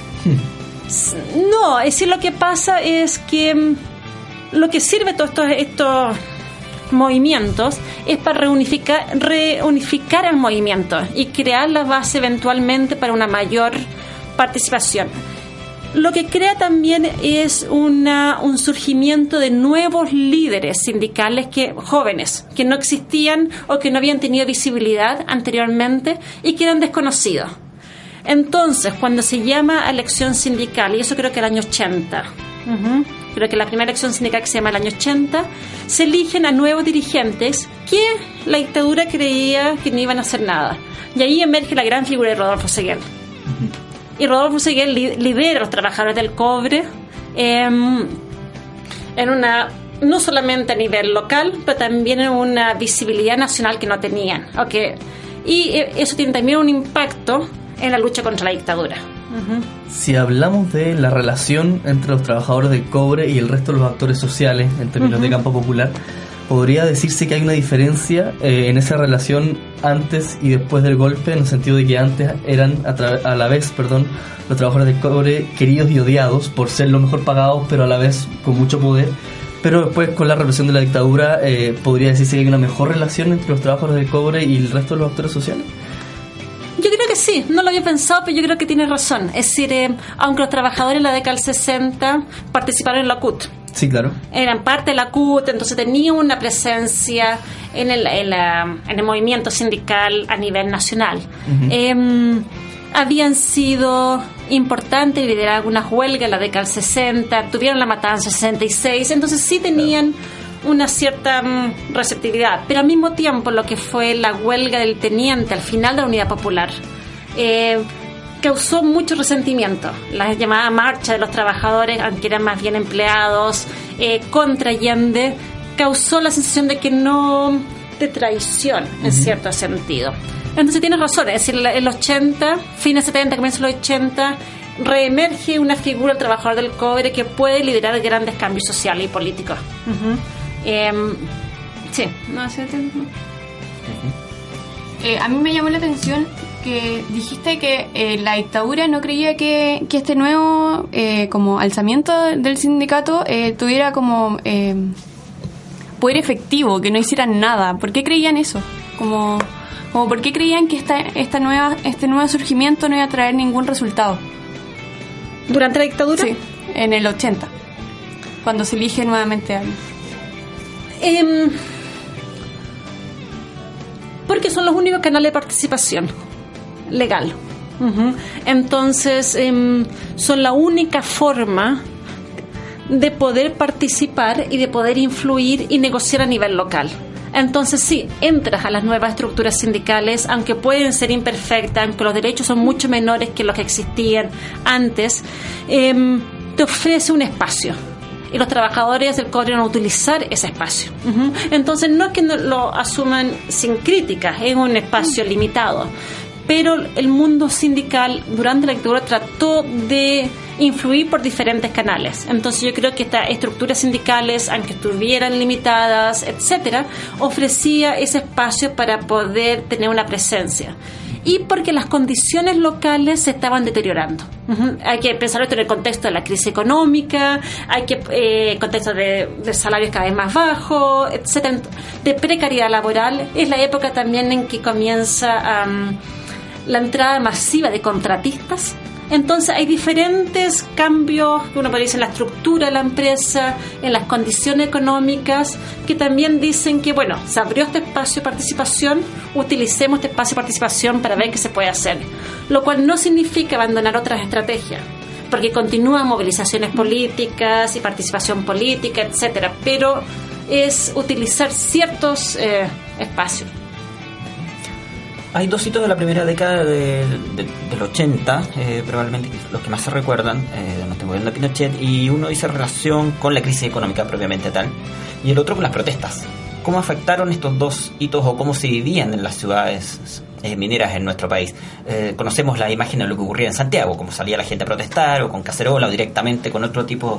No, es decir, lo que pasa es que lo que sirve todos estos movimientos es para reunificar el movimiento y crear la base eventualmente para una mayor participación. Lo que crea también es un surgimiento de nuevos líderes sindicales jóvenes, que no existían o que no habían tenido visibilidad anteriormente y que eran desconocidos. Entonces, cuando se llama elección sindical, y eso creo que el año 80, creo que la primera elección sindical que se llama el año 80, se eligen a nuevos dirigentes que la dictadura creía que no iban a hacer nada. Y ahí emerge la gran figura de Rodolfo Seguel. Y Rodolfo Seguel lidera a los trabajadores del cobre no solamente a nivel local, pero también en una visibilidad nacional que no tenían. Y eso tiene también un impacto en la lucha contra la dictadura. Si hablamos de la relación entre los trabajadores del cobre y el resto de los actores sociales en términos de campo popular, ¿podría decirse que hay una diferencia en esa relación antes y después del golpe, en el sentido de que antes eran a la vez los trabajadores del cobre queridos y odiados por ser los mejor pagados, pero a la vez con mucho poder? Pero después, con la represión de la dictadura, ¿podría decirse que hay una mejor relación entre los trabajadores del cobre y el resto de los actores sociales? Yo creo que sí, no lo había pensado, pero yo creo que tienes razón. Es decir, aunque los trabajadores en la década del 60 participaron en la CUT. Sí, claro. Eran parte de la CUT, entonces tenían una presencia en el movimiento sindical a nivel nacional. Uh-huh. Habían sido importantes, lideraron algunas huelgas en la década del 60, tuvieron la matanza en 66, entonces sí tenían una cierta receptividad, pero al mismo tiempo lo que fue la huelga del teniente al final de la Unidad Popular causó mucho resentimiento. La llamada marcha de los trabajadores, aunque eran más bien empleados, contra Allende, causó la sensación de que no, de traición en cierto sentido. Entonces tienes razón, es decir, en los 80, fines 70, comienzos de los 80, reemerge una figura del trabajador del cobre que puede liderar grandes cambios sociales y políticos. Uh-huh. Sí, no sé. A mí me llamó la atención que dijiste que la dictadura no creía que este nuevo como alzamiento del sindicato tuviera como poder efectivo, que no hicieran nada. ¿Por qué creían eso? Como ¿por qué creían que este nuevo surgimiento no iba a traer ningún resultado? ¿Durante la dictadura? Sí, en el 80, cuando se elige nuevamente a alguien. Porque son los únicos canales de participación legal. Uh-huh. Entonces, son la única forma de poder participar y de poder influir y negociar a nivel local. Entonces sí, entras a las nuevas estructuras sindicales, aunque pueden ser imperfectas, aunque los derechos son mucho menores que los que existían antes, te ofrece un espacio. Y los trabajadores del cobre van a utilizar ese espacio. Uh-huh. Entonces no es que no lo asuman sin críticas, es un espacio limitado. Pero el mundo sindical durante la dictadura trató de influir por diferentes canales. Entonces yo creo que estas estructuras sindicales, aunque estuvieran limitadas, etcétera, ofrecía ese espacio para poder tener una presencia. Y porque las condiciones locales se estaban deteriorando. Uh-huh. Hay que pensar esto en el contexto de la crisis económica, hay que contexto de salarios cada vez más bajos, etcétera, de precariedad laboral. Es la época también en que comienza la entrada masiva de contratistas. Entonces hay diferentes cambios que uno puede decir en la estructura de la empresa, en las condiciones económicas, que también dicen que bueno, se abrió este espacio de participación, utilicemos este espacio de participación para ver qué se puede hacer, lo cual no significa abandonar otras estrategias, porque continúan movilizaciones políticas y participación política, etcétera, pero es utilizar ciertos espacios. Hay dos hitos de la primera década del 80, probablemente los que más se recuerdan, de nuestro gobierno de Pinochet, y uno dice relación con la crisis económica propiamente tal, y el otro con las protestas. ¿Cómo afectaron estos dos hitos o cómo se vivían en las ciudades mineras en nuestro país? Conocemos la imagen de lo que ocurría en Santiago, cómo salía la gente a protestar, o con cacerola, o directamente con otro tipo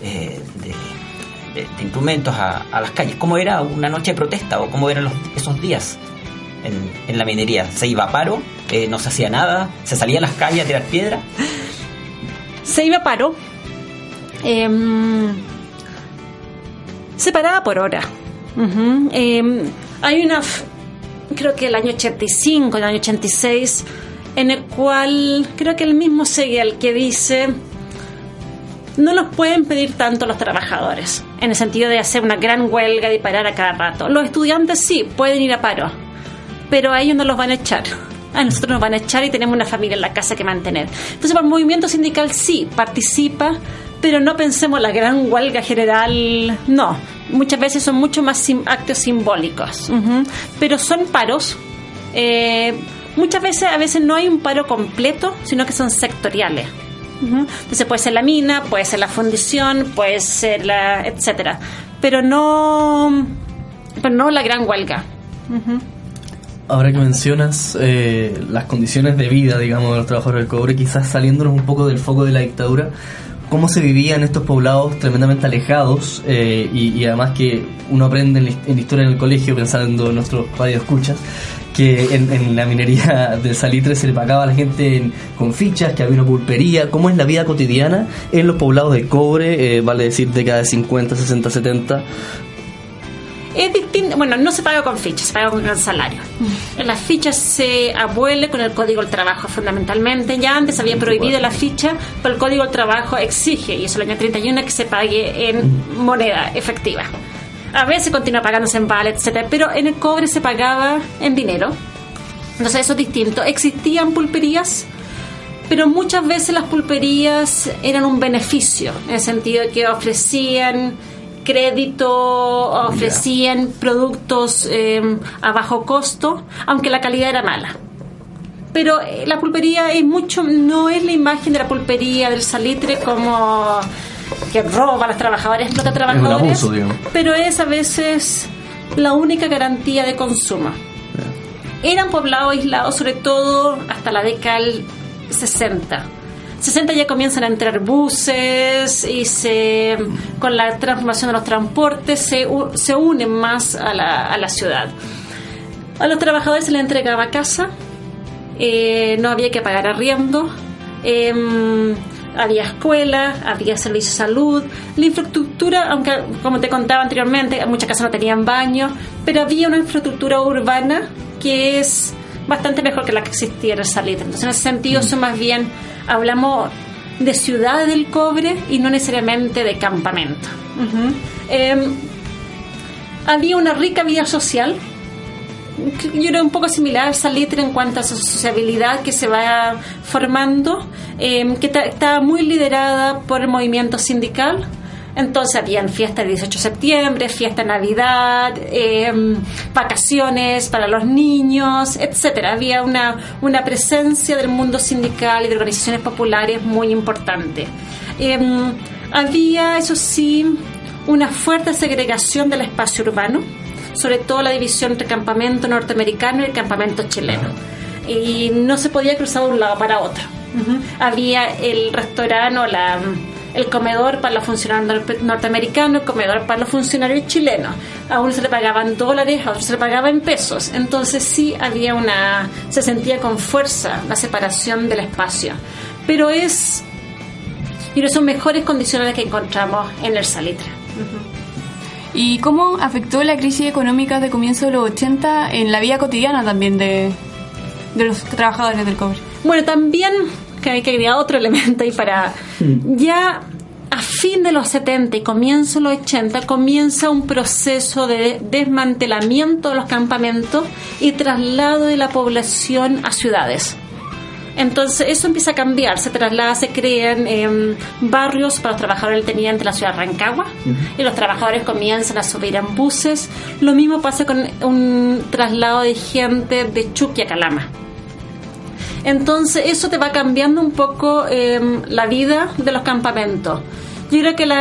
de instrumentos a las calles. ¿Cómo era una noche de protesta o cómo eran esos días en la minería? ¿Se iba a paro? ¿No se hacía nada? ¿Se salía a las calles a tirar piedra? Se iba a paro. Se paraba por hora. Uh-huh. Hay una, creo que el año 85, el año 86, en el cual creo que el mismo Seguel que dice: no nos pueden pedir tanto los trabajadores, en el sentido de hacer una gran huelga y parar a cada rato. Los estudiantes sí, pueden ir a paro, pero a ellos no los van a echar. A nosotros nos van a echar y tenemos una familia en la casa que mantener. Entonces, para el movimiento sindical sí, participa, pero no pensemos la gran huelga general, no. Muchas veces son mucho más actos simbólicos. Uh-huh. Pero son paros. Muchas veces, a veces no hay un paro completo, sino que son sectoriales. Uh-huh. Entonces puede ser la mina, puede ser la fundición, puede ser la etcétera, pero no la gran huelga. Uh-huh. Ahora que mencionas las condiciones de vida, digamos, de los trabajadores del cobre, quizás saliéndonos un poco del foco de la dictadura, cómo se vivía en estos poblados tremendamente alejados, y además que uno aprende en historia en el colegio, pensando en nuestros radioescuchas, que en la minería del salitre se le pagaba a la gente con fichas, que había una pulpería. ¿Cómo es la vida cotidiana en los poblados de cobre, vale decir década de 50, 60, 70? Es distinto, bueno, no se paga con fichas, se paga con gran salario. En las fichas se abuele con el Código del Trabajo fundamentalmente. Ya antes había prohibido la ficha, pero el Código del Trabajo exige, y eso el año 31, que se pague en moneda efectiva. A veces continúa pagándose en vale, etcétera, pero en el cobre se pagaba en dinero. Entonces eso es distinto. Existían pulperías, pero muchas veces las pulperías eran un beneficio, en el sentido de que ofrecían crédito, ofrecían productos a bajo costo, aunque la calidad era mala. Pero la pulpería es mucho, no es la imagen de la pulpería del salitre como que roba a los trabajadores, explota a trabajadores, es un abuso, digamos. Pero es a veces la única garantía de consumo. Eran poblados aislados, sobre todo hasta la década del 60 ya comienzan a entrar buses y con la transformación de los transportes se unen más a la ciudad. A los trabajadores se les entregaba casa, no había que pagar arriendo, había escuela, había servicio de salud, la infraestructura, aunque como te contaba anteriormente, muchas casas no tenían baño, pero había una infraestructura urbana que es bastante mejor que la que existía en el salitre. Entonces, en ese sentido, eso más bien hablamos de ciudades del cobre y no necesariamente de campamento. Había una rica vida social. Yo creo un poco similar al salitre en cuanto a su sociabilidad que se va formando, que estaba muy liderada por el movimiento sindical. Entonces habían fiestas de 18 de septiembre, fiesta de Navidad, vacaciones para los niños, etcétera. Había una presencia del mundo sindical y de organizaciones populares muy importante. Había, eso sí, una fuerte segregación del espacio urbano, sobre todo la división entre campamento norteamericano y el campamento chileno. Y no se podía cruzar de un lado para otro. Había el restaurante o el comedor para los funcionarios norteamericanos, el comedor para los funcionarios chilenos. A unos se le pagaban dólares, a otros se le pagaba en pesos. Entonces sí había se sentía con fuerza la separación del espacio. Pero son mejores condiciones que encontramos en el salitre. ¿Y cómo afectó la crisis económica de comienzo de los 80 en la vida cotidiana también de los trabajadores del cobre? Bueno, también que hay que agregar otro elemento ahí para... Ya a fin de los 70 y comienzo de los 80 comienza un proceso de desmantelamiento de los campamentos y traslado de la población a ciudades. Entonces eso empieza a cambiar, se crean barrios para los trabajadores del teniente en la ciudad de Rancagua, y los trabajadores comienzan a subir en buses. Lo mismo pasa con un traslado de gente de Chuqui a Calama. Entonces eso te va cambiando un poco la vida de los campamentos. Yo creo que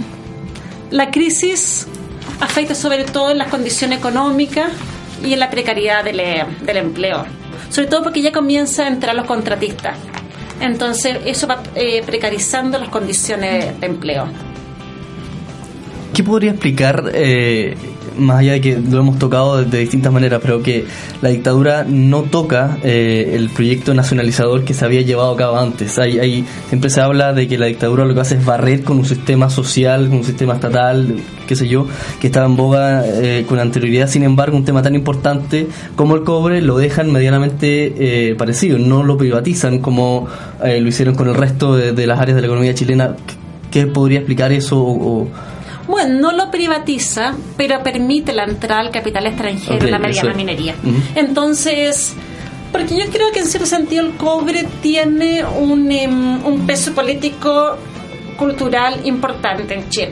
la crisis afecta sobre todo en las condiciones económicas y en la precariedad del empleo. Sobre todo porque ya comienza a entrar los contratistas. Entonces eso va precarizando las condiciones de empleo. ¿Qué podría explicar, más allá de que lo hemos tocado de distintas maneras, pero que la dictadura no toca el proyecto nacionalizador que se había llevado a cabo antes? Siempre se habla de que la dictadura lo que hace es barrer con un sistema social, con un sistema estatal, qué sé yo, que estaba en boga con anterioridad. Sin embargo, un tema tan importante como el cobre lo dejan medianamente parecido, no lo privatizan como lo hicieron con el resto de las áreas de la economía chilena. ¿Qué podría explicar eso? Bueno, no lo privatiza, pero permite la entrada al capital extranjero en la mediana minería. Entonces, porque yo creo que en cierto sentido el cobre tiene un peso político cultural importante en Chile.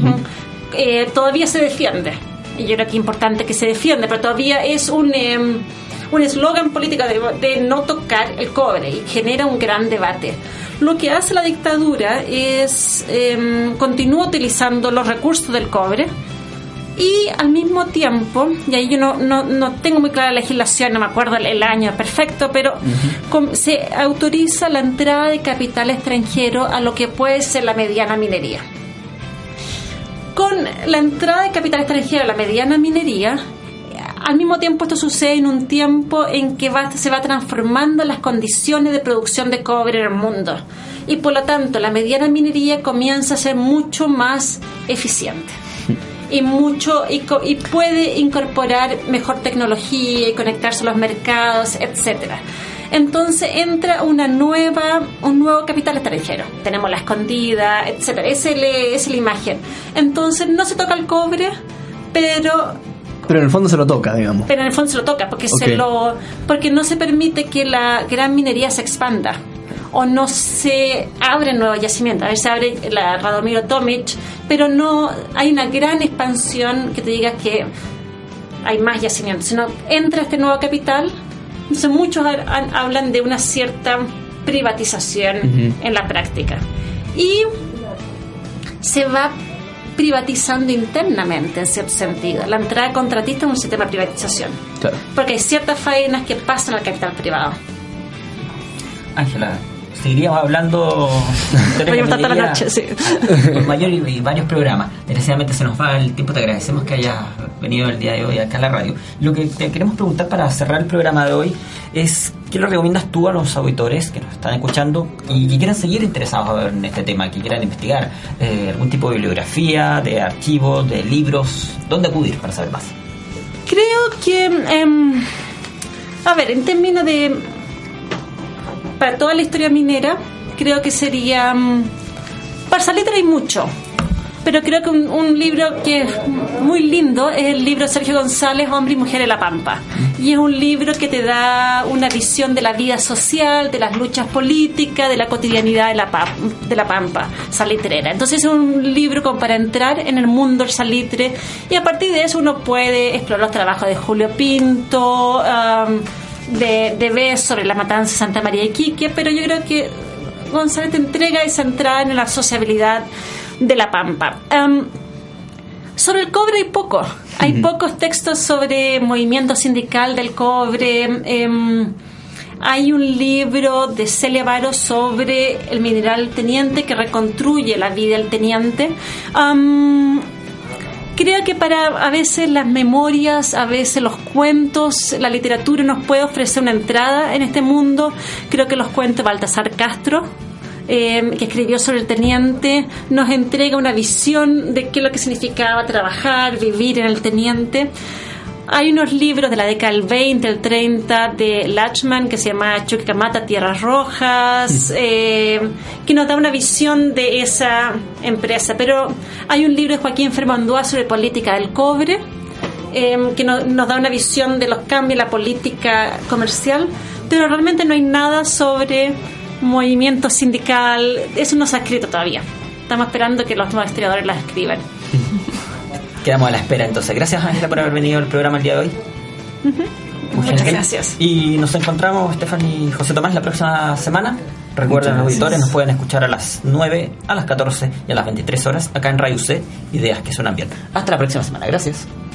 Todavía se defiende, y yo creo que es importante que se defienda, pero todavía es un eslogan político de no tocar el cobre, y genera un gran debate. Lo que hace la dictadura es continúa utilizando los recursos del cobre, Y al mismo tiempo, y ahí yo no tengo muy clara la legislación, no me acuerdo el año perfecto, pero se autoriza la entrada de capital extranjero a lo que puede ser la mediana minería. Con la entrada de capital extranjero a la mediana minería, al mismo tiempo esto sucede en un tiempo en que se va transformando las condiciones de producción de cobre en el mundo. Y por lo tanto, la mediana minería comienza a ser mucho más eficiente. Y puede incorporar mejor tecnología y conectarse a los mercados, etcétera. Entonces entra un nuevo capital extranjero. Tenemos la escondida, etcétera. Esa es la imagen. Entonces no se toca el cobre, pero en el fondo se lo toca, digamos. Pero en el fondo se lo toca porque porque no se permite que la gran minería se expanda. O no se abren nuevos yacimientos. A ver, se abre la Radomiro Tomic, pero no hay una gran expansión que te diga que hay más yacimientos. Sino entra este nuevo capital. Entonces muchos hablan de una cierta privatización en la práctica. Y se va privatizando internamente, en cierto sentido. La entrada de contratistas es un sistema de privatización. Claro. Porque hay ciertas faenas que pasan al capital privado. Ángela, seguiríamos hablando toda la noche, sí. Con mayor y varios programas. Desgraciadamente se nos va el tiempo. Te agradecemos que hayas venido el día de hoy acá a la radio. Lo que te queremos preguntar para cerrar el programa de hoy es: ¿qué le recomiendas tú a los auditores que nos están escuchando y que quieran seguir interesados en este tema, que quieran investigar algún tipo de bibliografía, de archivos, de libros? ¿Dónde acudir para saber más? Creo que en términos de para toda la historia minera, creo que sería para salitre hay mucho, pero creo que un libro que es muy lindo es el libro de Sergio González, Hombre y Mujer en la Pampa, y es un libro que te da una visión de la vida social, de las luchas políticas, de la cotidianidad de la Pampa salitrera. Entonces es un libro como para entrar en el mundo del salitre, y a partir de eso uno puede explorar los trabajos de Julio Pinto, de Bess sobre la matanza de Santa María de Iquique, pero yo creo que González te entrega esa entrada en la sociabilidad de la Pampa. Sobre el cobre hay pocos textos sobre movimiento sindical del cobre. Hay un libro de Celia Varo sobre el mineral teniente que reconstruye la vida del teniente. Creo que para a veces las memorias, a veces los cuentos, la literatura nos puede ofrecer una entrada en este mundo. Creo que los cuentos de Baltasar Castro, que escribió sobre el teniente, nos entrega una visión de qué es lo que significaba trabajar, vivir en el teniente. Hay unos libros de la década del 20, el 30 de Lachman que se llama Chuquicamata, Tierras Rojas, que nos da una visión de esa empresa. Pero hay un libro de Joaquín Fermandúa sobre política del cobre, que nos da una visión de los cambios en la política comercial, pero realmente no hay nada sobre movimiento sindical. Eso no se ha escrito todavía. Estamos esperando que los nuevos historiadores las escriban. Quedamos a la espera entonces. Gracias, Ángela, por haber venido al programa el día de hoy. Muchas gracias. Y nos encontramos, Stephanie y José Tomás, la próxima semana. Recuerden, los auditores nos pueden escuchar a las 9, a las 14 y a las 23 horas acá en Radio C, Ideas que Suenan Bien. Hasta la próxima semana. Gracias.